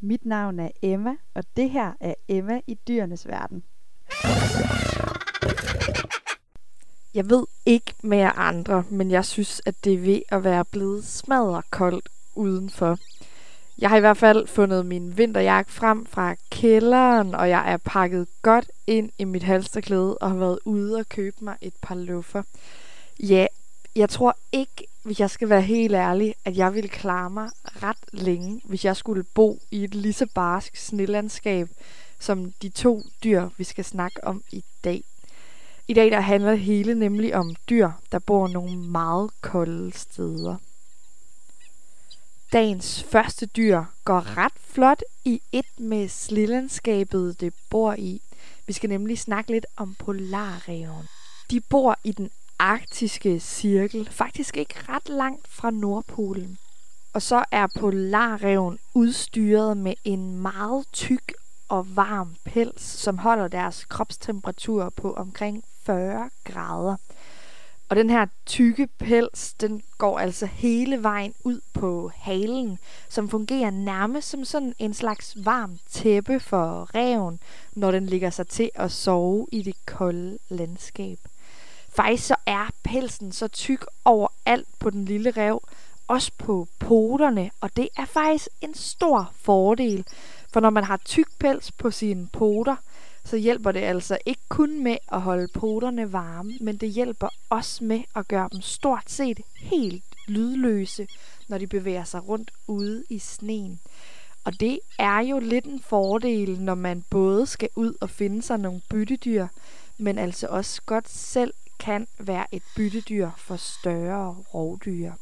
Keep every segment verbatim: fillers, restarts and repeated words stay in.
Mit navn er Emma, og det her er Emma i dyrenes verden. Jeg ved ikke med jer andre, men jeg synes, at det er ved at være blevet smadderkoldt udenfor. Jeg har i hvert fald fundet min vinterjakke frem fra kælderen, og jeg er pakket godt ind i mit halsterklæde og har været ude og købe mig et par luffer. Ja, jeg tror ikke, hvis jeg skal være helt ærlig, at jeg ville klare mig ret længe, hvis jeg skulle bo i et lige så barsk snelandskab som de to dyr, vi skal snakke om i dag. I dag der handler det hele nemlig om dyr, der bor nogle meget kolde steder. Dagens første dyr går ret flot i et med snelandskabet, det bor i. Vi skal nemlig snakke lidt om polarræven. De bor i den arktiske cirkel, faktisk ikke ret langt fra Nordpolen. Og så er polarræven udstyret med en meget tyk og varm pels, som holder deres kropstemperatur på omkring fyrre grader. Og den her tykke pels, den går altså hele vejen ud på halen, som fungerer nærmest som sådan en slags varmt tæppe for ræven, når den ligger sig til at sove i det kolde landskab. Faktisk så er pelsen så tyk overalt på den lille ræv, også på poterne, og det er faktisk en stor fordel. For når man har tyk pels på sine poter, så hjælper det altså ikke kun med at holde poterne varme, men det hjælper også med at gøre dem stort set helt lydløse, når de bevæger sig rundt ude i sneen. Og det er jo lidt en fordel, når man både skal ud og finde sig nogle byttedyr, men altså også godt selv kan være et byttedyr for større rovdyr.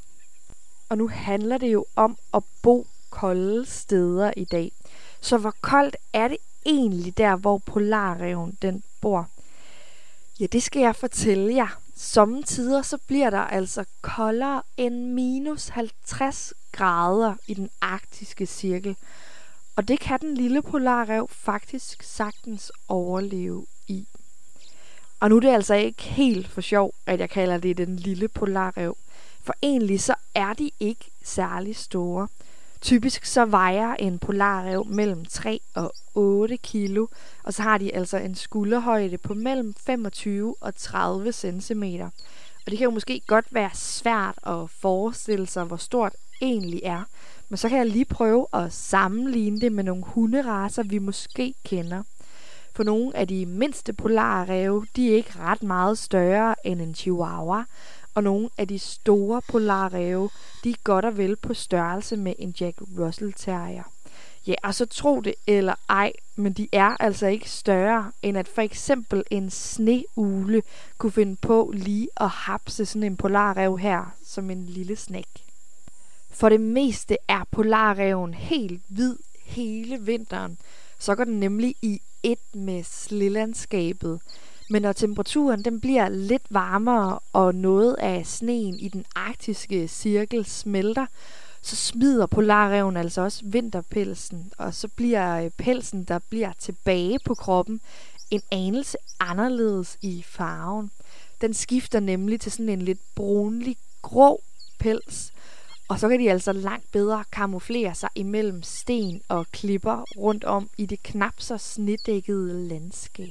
Og nu handler det jo om at bo kolde steder i dag. Så hvor koldt er det egentlig der, hvor polarræven den bor? Ja, det skal jeg fortælle jer. Sommetider så bliver der altså koldere end minus halvtreds grader i den arktiske cirkel. Og det kan den lille polarræv faktisk sagtens overleve i. Og nu er det altså ikke helt for sjov, at jeg kalder det den lille polarræv. For egentlig så er de ikke særlig store. Typisk så vejer en polarræv mellem tre og otte kilo, og så har de altså en skulderhøjde på mellem femogtyve og tredive centimeter. Og det kan jo måske godt være svært at forestille sig, hvor stort egentlig er. Men så kan jeg lige prøve at sammenligne det med nogle hunderacer, vi måske kender. For nogle af de mindste polarræve, de er ikke ret meget større end en chihuahua. Og nogle af de store polarræve, de er godt og vel på størrelse med en Jack Russell Terrier. Ja, og så tro det eller ej, men de er altså ikke større, end at for eksempel en sneugle kunne finde på lige at hapse sådan en polarræv her som en lille snæk. For det meste er polarræven helt hvid hele vinteren, så går den nemlig i et med snelandskabet. Men når temperaturen den bliver lidt varmere, og noget af sneen i den arktiske cirkel smelter, så smider polarræven altså også vinterpelsen, og så bliver pelsen, der bliver tilbage på kroppen, en anelse anderledes i farven. Den skifter nemlig til sådan en lidt brunlig grå pels, og så kan de altså langt bedre kamuflere sig imellem sten og klipper rundt om i det knap så snedækkede landskab.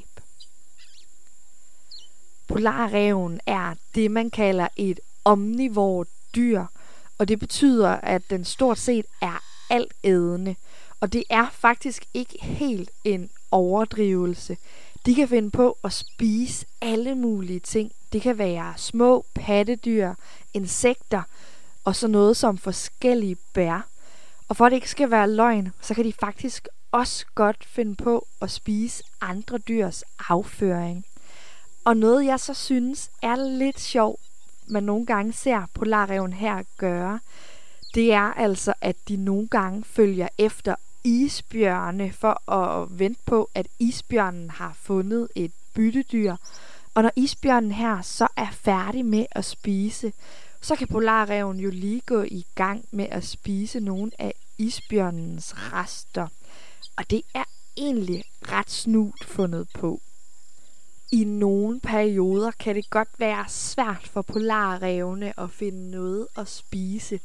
Polarræven er det, man kalder et omnivort dyr, og det betyder, at den stort set er altædende. Og det er faktisk ikke helt en overdrivelse. De kan finde på at spise alle mulige ting. Det kan være små pattedyr, insekter og så noget som forskellige bær. Og for at det ikke skal være løgn, så kan de faktisk også godt finde på at spise andre dyrs afføring. Og noget jeg så synes er lidt sjovt, man nogle gange ser polarræven her gøre, det er altså, at de nogle gange følger efter isbjørne for at vente på, at isbjørnen har fundet et byttedyr. Og når isbjørnen her så er færdig med at spise, så kan polarræven jo lige gå i gang med at spise nogle af isbjørnens rester. Og det er egentlig ret snudt fundet på. I nogle perioder kan det godt være svært for polarrævene at finde noget at spise.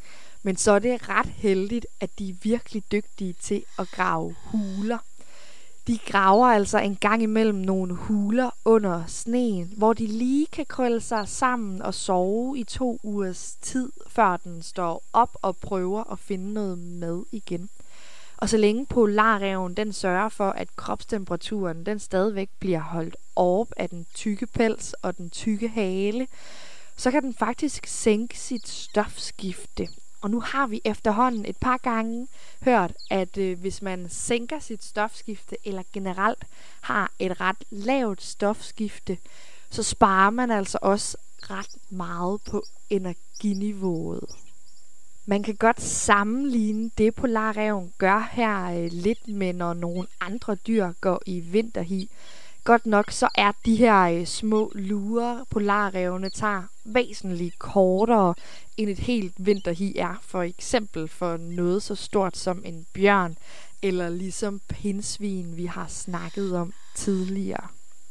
Men så er det ret heldigt, at de er virkelig dygtige til at grave huler. De graver altså en gang imellem nogle huler under sneen, hvor de lige kan krølle sig sammen og sove i to ugers tid, før den står op og prøver at finde noget mad igen. Og så længe polarræven den sørger for, at kropstemperaturen den stadigvæk bliver holdt op af den tykke pels og den tykke hale, så kan den faktisk sænke sit stofskifte. Og nu har vi efterhånden et par gange hørt, at øh, hvis man sænker sit stofskifte, eller generelt har et ret lavt stofskifte, så sparer man altså også ret meget på energiniveauet. Man kan godt sammenligne det, polarræven gør her øh, lidt med, når nogle andre dyr går i vinterhi. Godt nok så er de her øh, små lurer, polarrævene tager, væsentligt kortere end et helt vinterhi er. For eksempel for noget så stort som en bjørn, eller ligesom pindsvin, vi har snakket om tidligere.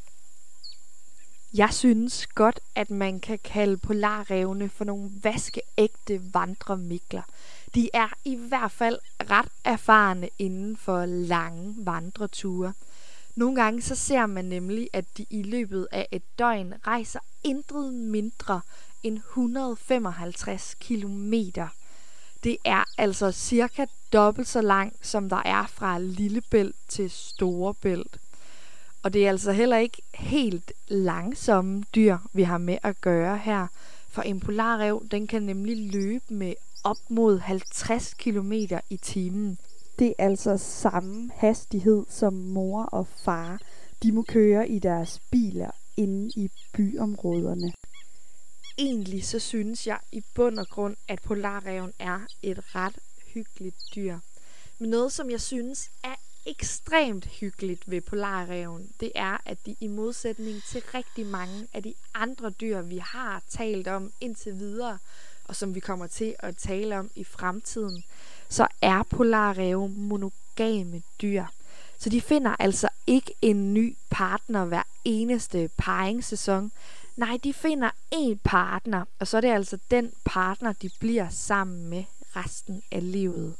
Jeg synes godt, at man kan kalde polarrævene for nogle vaskeægte vandremikler. De er i hvert fald ret erfarne inden for lange vandreture. Nogle gange så ser man nemlig, at de i løbet af et døgn rejser intet mindre end et hundrede og femoghalvtreds kilometer. Det er altså cirka dobbelt så langt, som der er fra Lillebælt til Storebælt. Og det er altså heller ikke helt langsomme dyr, vi har med at gøre her. For en polarræv, den kan nemlig løbe med op mod halvtreds kilometer i timen. Det er altså samme hastighed, som mor og far de må køre i deres biler inde i byområderne. Egentlig så synes jeg i bund og grund, at polarræven er et ret hyggeligt dyr. Men noget, som jeg synes er ekstremt hyggeligt ved polarræven, det er, at de i modsætning til rigtig mange af de andre dyr, vi har talt om indtil videre, og som vi kommer til at tale om i fremtiden, så er polarræve monogame dyr. Så de finder altså ikke en ny partner hver eneste parringssæson. Nej, de finder én partner, og så er det altså den partner, de bliver sammen med resten af livet.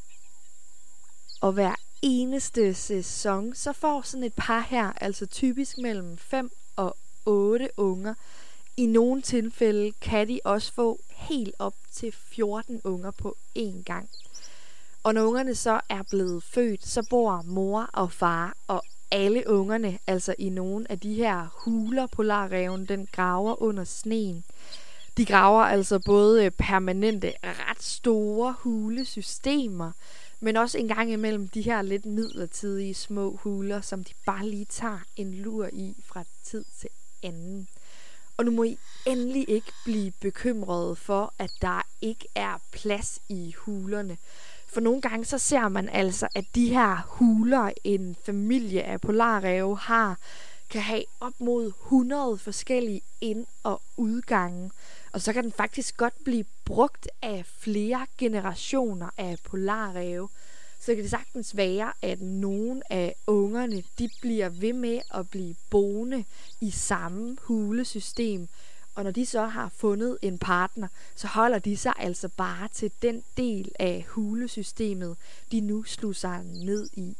Og hver eneste sæson, så får sådan et par her, altså typisk mellem fem og otte unger. I nogle tilfælde kan de også få helt op til fjorten unger på én gang. Og når ungerne så er blevet født, så bor mor og far og alle ungerne, altså i nogle af de her huler, polarræven den graver under sneen. De graver altså både permanente, ret store hulesystemer, men også en gang imellem de her lidt midlertidige små huler, som de bare lige tager en lur i fra tid til anden. Og nu må I endelig ikke blive bekymrede for, at der ikke er plads i hulerne. For nogle gange så ser man altså, at de her huler, en familie af polarræve har, kan have op mod hundrede forskellige ind- og udgange. Og så kan den faktisk godt blive brugt af flere generationer af polarræve. Så kan det sagtens være, at nogle af ungerne, de bliver ved med at blive boende i samme hulesystem. Og når de så har fundet en partner, så holder de sig altså bare til den del af hulesystemet, de nu slår sig ned i.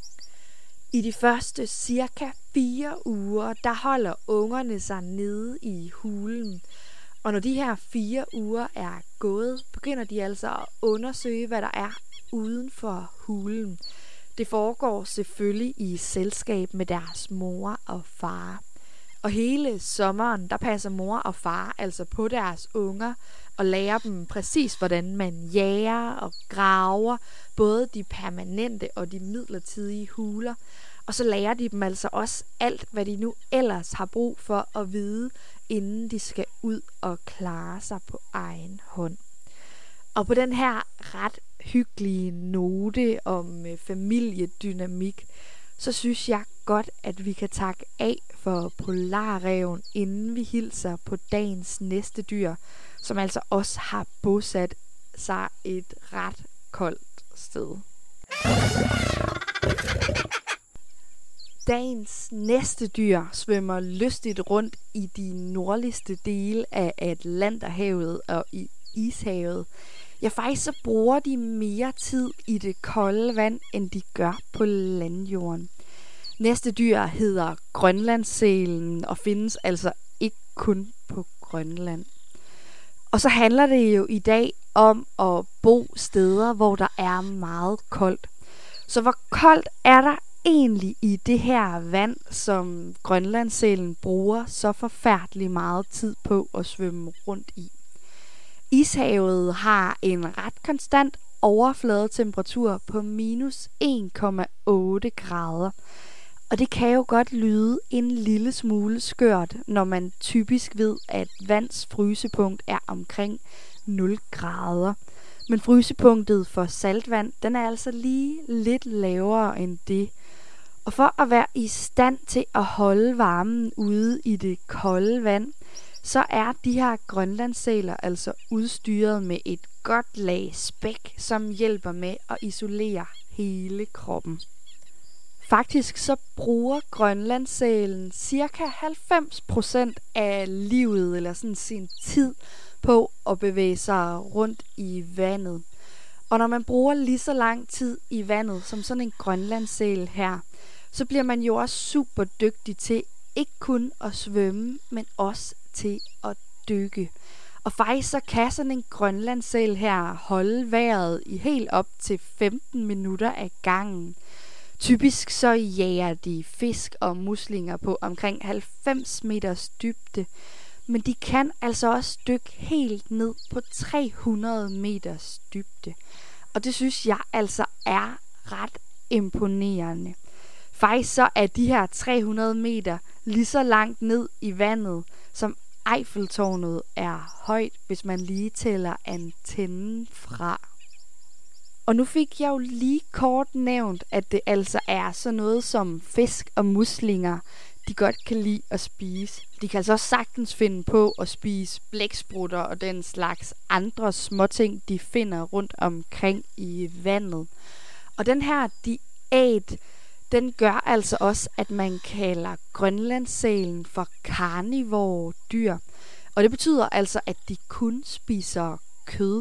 I de første cirka fire uger, der holder ungerne sig nede i hulen. Og når de her fire uger er gået, begynder de altså at undersøge, hvad der er uden for hulen. Det foregår selvfølgelig i selskab med deres mor og far. Og hele sommeren, der passer mor og far altså på deres unger og lærer dem præcis, hvordan man jager og graver både de permanente og de midlertidige huler. Og så lærer de dem altså også alt, hvad de nu ellers har brug for at vide, inden de skal ud og klare sig på egen hånd. Og på den her ret hyggelige note om familiedynamik, så synes jeg godt, at vi kan takke af for polarræven, inden vi hilser på dagens næste dyr, som altså også har bosat sig et ret koldt sted. Dagens næste dyr svømmer lystigt rundt i de nordligste dele af Atlanterhavet og i Ishavet. Ja, faktisk så bruger de mere tid i det kolde vand, end de gør på landjorden. Næste dyr hedder grønlandssælen og findes altså ikke kun på Grønland. Og så handler det jo i dag om at bo steder, hvor der er meget koldt. Så hvor koldt er der egentlig i det her vand, som grønlandssælen bruger så forfærdelig meget tid på at svømme rundt i? Ishavet har en ret konstant overfladetemperatur på minus en komma otte grader. Og det kan jo godt lyde en lille smule skørt, når man typisk ved, at vands frysepunkt er omkring nul grader. Men frysepunktet for saltvand, den er altså lige lidt lavere end det. Og for at være i stand til at holde varmen ude i det kolde vand, så er de her grønlandssæler altså udstyret med et godt lag spæk, som hjælper med at isolere hele kroppen. Faktisk så bruger grønlandssælen cirka halvfems procent af livet, eller sådan sin tid, på at bevæge sig rundt i vandet. Og når man bruger lige så lang tid i vandet, som sådan en grønlandssæl her, så bliver man jo også super dygtig til ikke kun at svømme, men også til at dykke. Og faktisk så kan sådan en grønlandssæl her holde vejret i helt op til femten minutter ad gangen. Typisk så jager de fisk og muslinger på omkring halvfems meters dybde, men de kan altså også dykke helt ned på tre hundrede meters dybde. Og det synes jeg altså er ret imponerende. Faktisk så er de her tre hundrede meter lige så langt ned i vandet, som Eiffeltårnet er højt, hvis man lige tæller antennen fra. Og nu fik jeg jo lige kort nævnt, at det altså er sådan noget som fisk og muslinger, de godt kan lide at spise. De kan altså også sagtens finde på at spise blæksprutter og den slags andre småting, de finder rundt omkring i vandet. Og den her diæt, den gør altså også, at man kalder grønlandssælen for karnivore dyr. Og det betyder altså, at de kun spiser kød.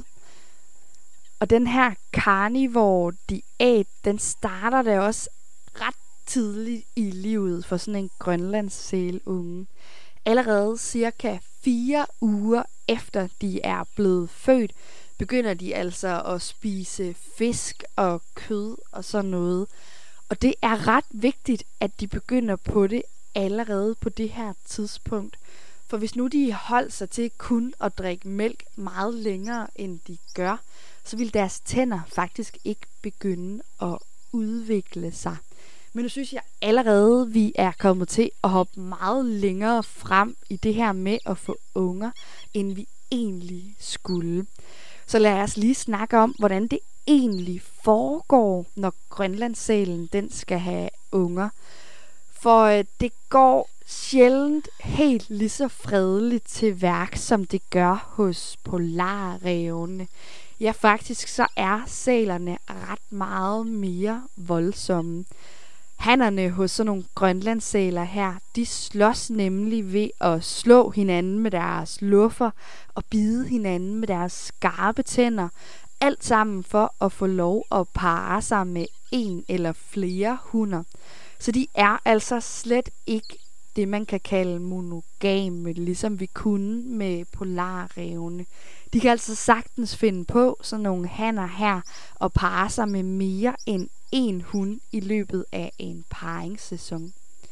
Og den her karnivore diæt, den starter da også ret tidligt i livet for sådan en grønlandssælunge. Allerede cirka fire uger efter de er blevet født, begynder de altså at spise fisk og kød og sådan noget. Og det er ret vigtigt, at de begynder på det allerede på det her tidspunkt. For hvis nu de holdt sig til kun at drikke mælk meget længere, end de gør, så vil deres tænder faktisk ikke begynde at udvikle sig. Men nu synes jeg allerede, vi er kommet til at hoppe meget længere frem i det her med at få unger, end vi egentlig skulle. Så lad os lige snakke om, hvordan det egentlig foregår, når grønlandssælen den skal have unger. For øh, det går sjældent helt lige så fredeligt til værk, som det gør hos polarrævene. Ja, faktisk så er sælerne ret meget mere voldsomme. Hannerne hos sådan nogle grønlandssæler her, de slås nemlig ved at slå hinanden med deres luffer og bide hinanden med deres skarpe tænder. Alt sammen for at få lov at parre sig med en eller flere hunner. Så de er altså slet ikke det, man kan kalde monogame, ligesom vi kunne med polarrævene. De kan altså sagtens finde på sådan nogle hanner her og parre sig med mere end en hund i løbet af en parringssæson.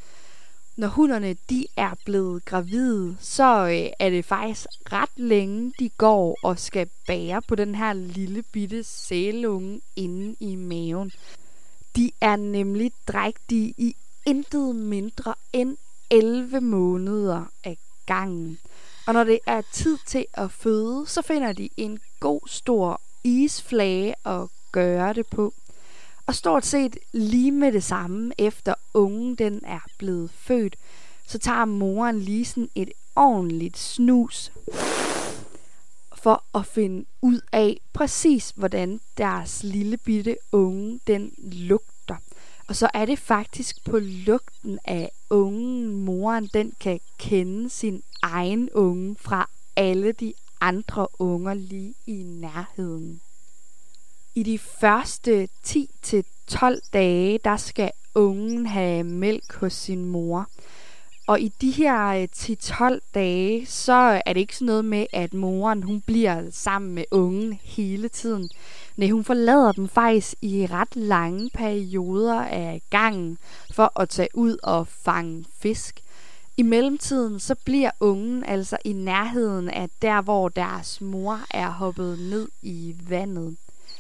Når hunderne de er blevet gravide, så øh, er det faktisk ret længe, de går og skal bære på den her lille bitte sælunge inde i maven. De er nemlig drægtige i intet mindre end elleve måneder af gangen. Og når det er tid til at føde, så finder de en god stor isflage at gøre det på. Og stort set lige med det samme, efter ungen den er blevet født, så tager moren lige sådan et ordentligt snus for at finde ud af præcis, hvordan deres lille bitte unge den lugter. Og så er det faktisk på lugten af ungen, moren den kan kende sin egen unge fra alle de andre unger lige i nærheden. I de første ti til tolv dage, der skal ungen have mælk hos sin mor. Og i de her ti til tolv dage, så er det ikke sådan noget med, at moren hun bliver sammen med ungen hele tiden. Nej, hun forlader dem faktisk i ret lange perioder af gangen for at tage ud og fange fisk. I mellemtiden så bliver ungen altså i nærheden af der, hvor deres mor er hoppet ned i vandet.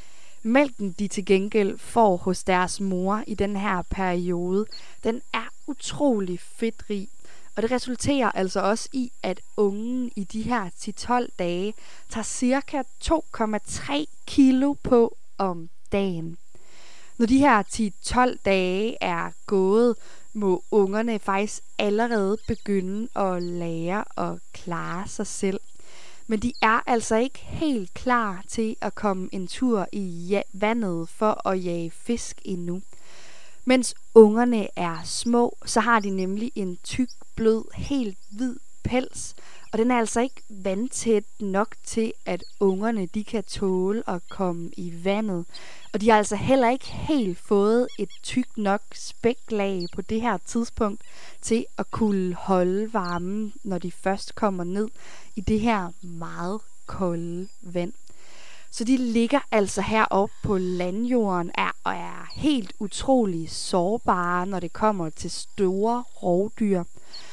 Mælken, de til gengæld får hos deres mor i den her periode, den er utrolig fedtrig. Og det resulterer altså også i, at ungen i de her ti til tolv dage tager cirka to komma tre kilo på om dagen. Når de her ti til tolv dage er gået, må ungerne faktisk allerede begynde at lære at klare sig selv. Men de er altså ikke helt klar til at komme en tur i vandet for at jage fisk endnu. Mens ungerne er små, så har de nemlig en tyk, blød, helt hvid pels, og den er altså ikke vandtæt nok til, at ungerne de kan tåle at komme i vandet. Og de har altså heller ikke helt fået et tykt nok spæklag på det her tidspunkt til at kunne holde varmen, når de først kommer ned i det her meget kolde vand. Så de ligger altså heroppe på landjorden og er helt utrolig sårbare, når det kommer til store rovdyr.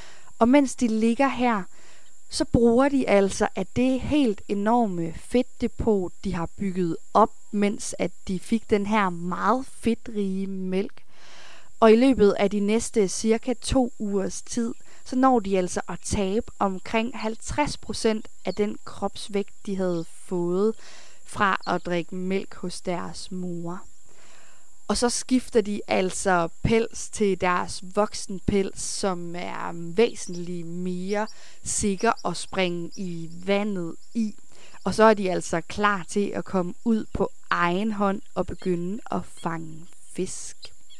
Og mens de ligger her, så bruger de altså af det helt enorme fedtdepot, de har bygget op, mens at de fik den her meget fedtrige mælk. Og i løbet af de næste cirka to ugers tid, så når de altså at tabe omkring halvtreds procent af den kropsvægt, de havde fået fra at drikke mælk hos deres mor. Og så skifter de altså pels til deres voksenpels, som er væsentligt mere sikker at springe i vandet i. Og så er de altså klar til at komme ud på egen hånd og begynde at fange fisk.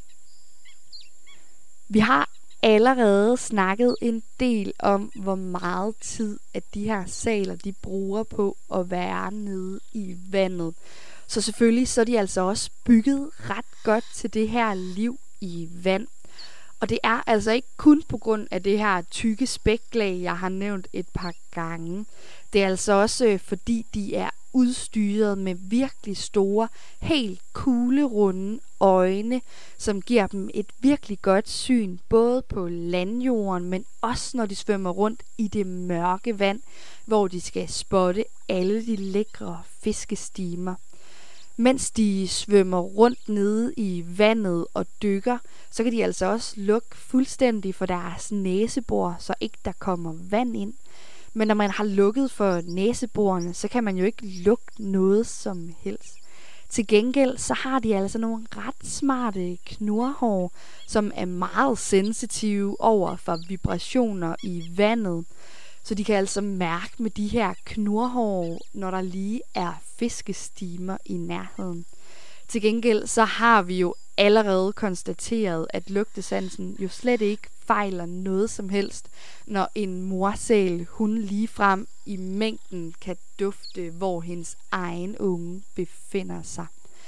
Vi har allerede snakket en del om, hvor meget tid at de her sæler de bruger på at være nede i vandet. Så selvfølgelig så er de altså også bygget ret godt til det her liv i vand. Og det er altså ikke kun på grund af det her tykke spæklag, jeg har nævnt et par gange. Det er altså også fordi de er udstyret med virkelig store, helt kuglerunde øjne, som giver dem et virkelig godt syn, både på landjorden, men også når de svømmer rundt i det mørke vand, hvor de skal spotte alle de lækre fiskestimer. Mens de svømmer rundt nede i vandet og dykker, så kan de altså også lukke fuldstændig for deres næsebor, så ikke der kommer vand ind. Men når man har lukket for næseborene, så kan man jo ikke lukke noget som helst. Til gengæld så har de altså nogle ret smarte knurhår, som er meget sensitive over for vibrationer i vandet. Så de kan altså mærke med de her knurhår, når der lige er fiskestimer i nærheden. Til gengæld så har vi jo allerede konstateret, at lugtesansen jo slet ikke fejler noget som helst, når en morsæl hun ligefrem i mængden kan dufte, hvor hendes egen unge befinder sig.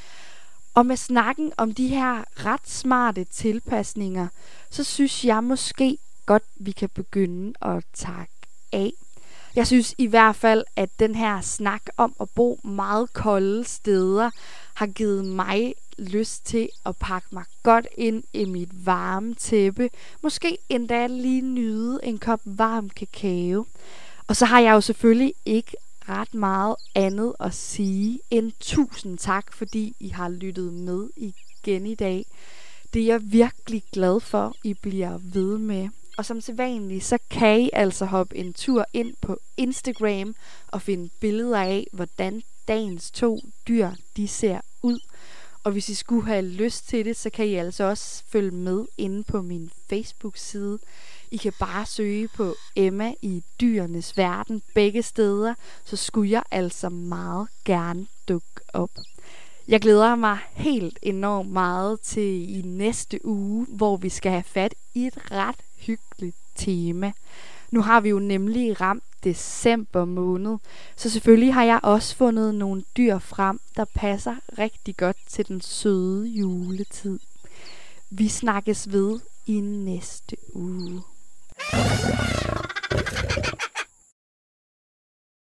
Og med snakken om de her ret smarte tilpasninger, så synes jeg måske godt, vi kan begynde at takke af. Jeg synes i hvert fald, at den her snak om at bo meget kolde steder har givet mig lyst til at pakke mig godt ind i mit varme tæppe. Måske endda lige nyde en kop varm kakao. Og så har jeg jo selvfølgelig ikke ret meget andet at sige end tusind tak, fordi I har lyttet med igen i dag. Det er jeg virkelig glad for, I bliver ved med. Og som sædvanligt, så kan I altså hoppe en tur ind på Instagram og finde billeder af, hvordan dagens to dyr de ser ud. Og hvis I skulle have lyst til det, så kan I altså også følge med inde på min Facebook-side. I kan bare søge på Emma i dyrenes verden begge steder, så skulle jeg altså meget gerne dukke op. Jeg glæder mig helt enormt meget til i næste uge, hvor vi skal have fat i et ret hyggeligt tema. Nu har vi jo nemlig ramt december måned, så selvfølgelig har jeg også fundet nogle dyr frem, der passer rigtig godt til den søde juletid. Vi snakkes ved i næste uge.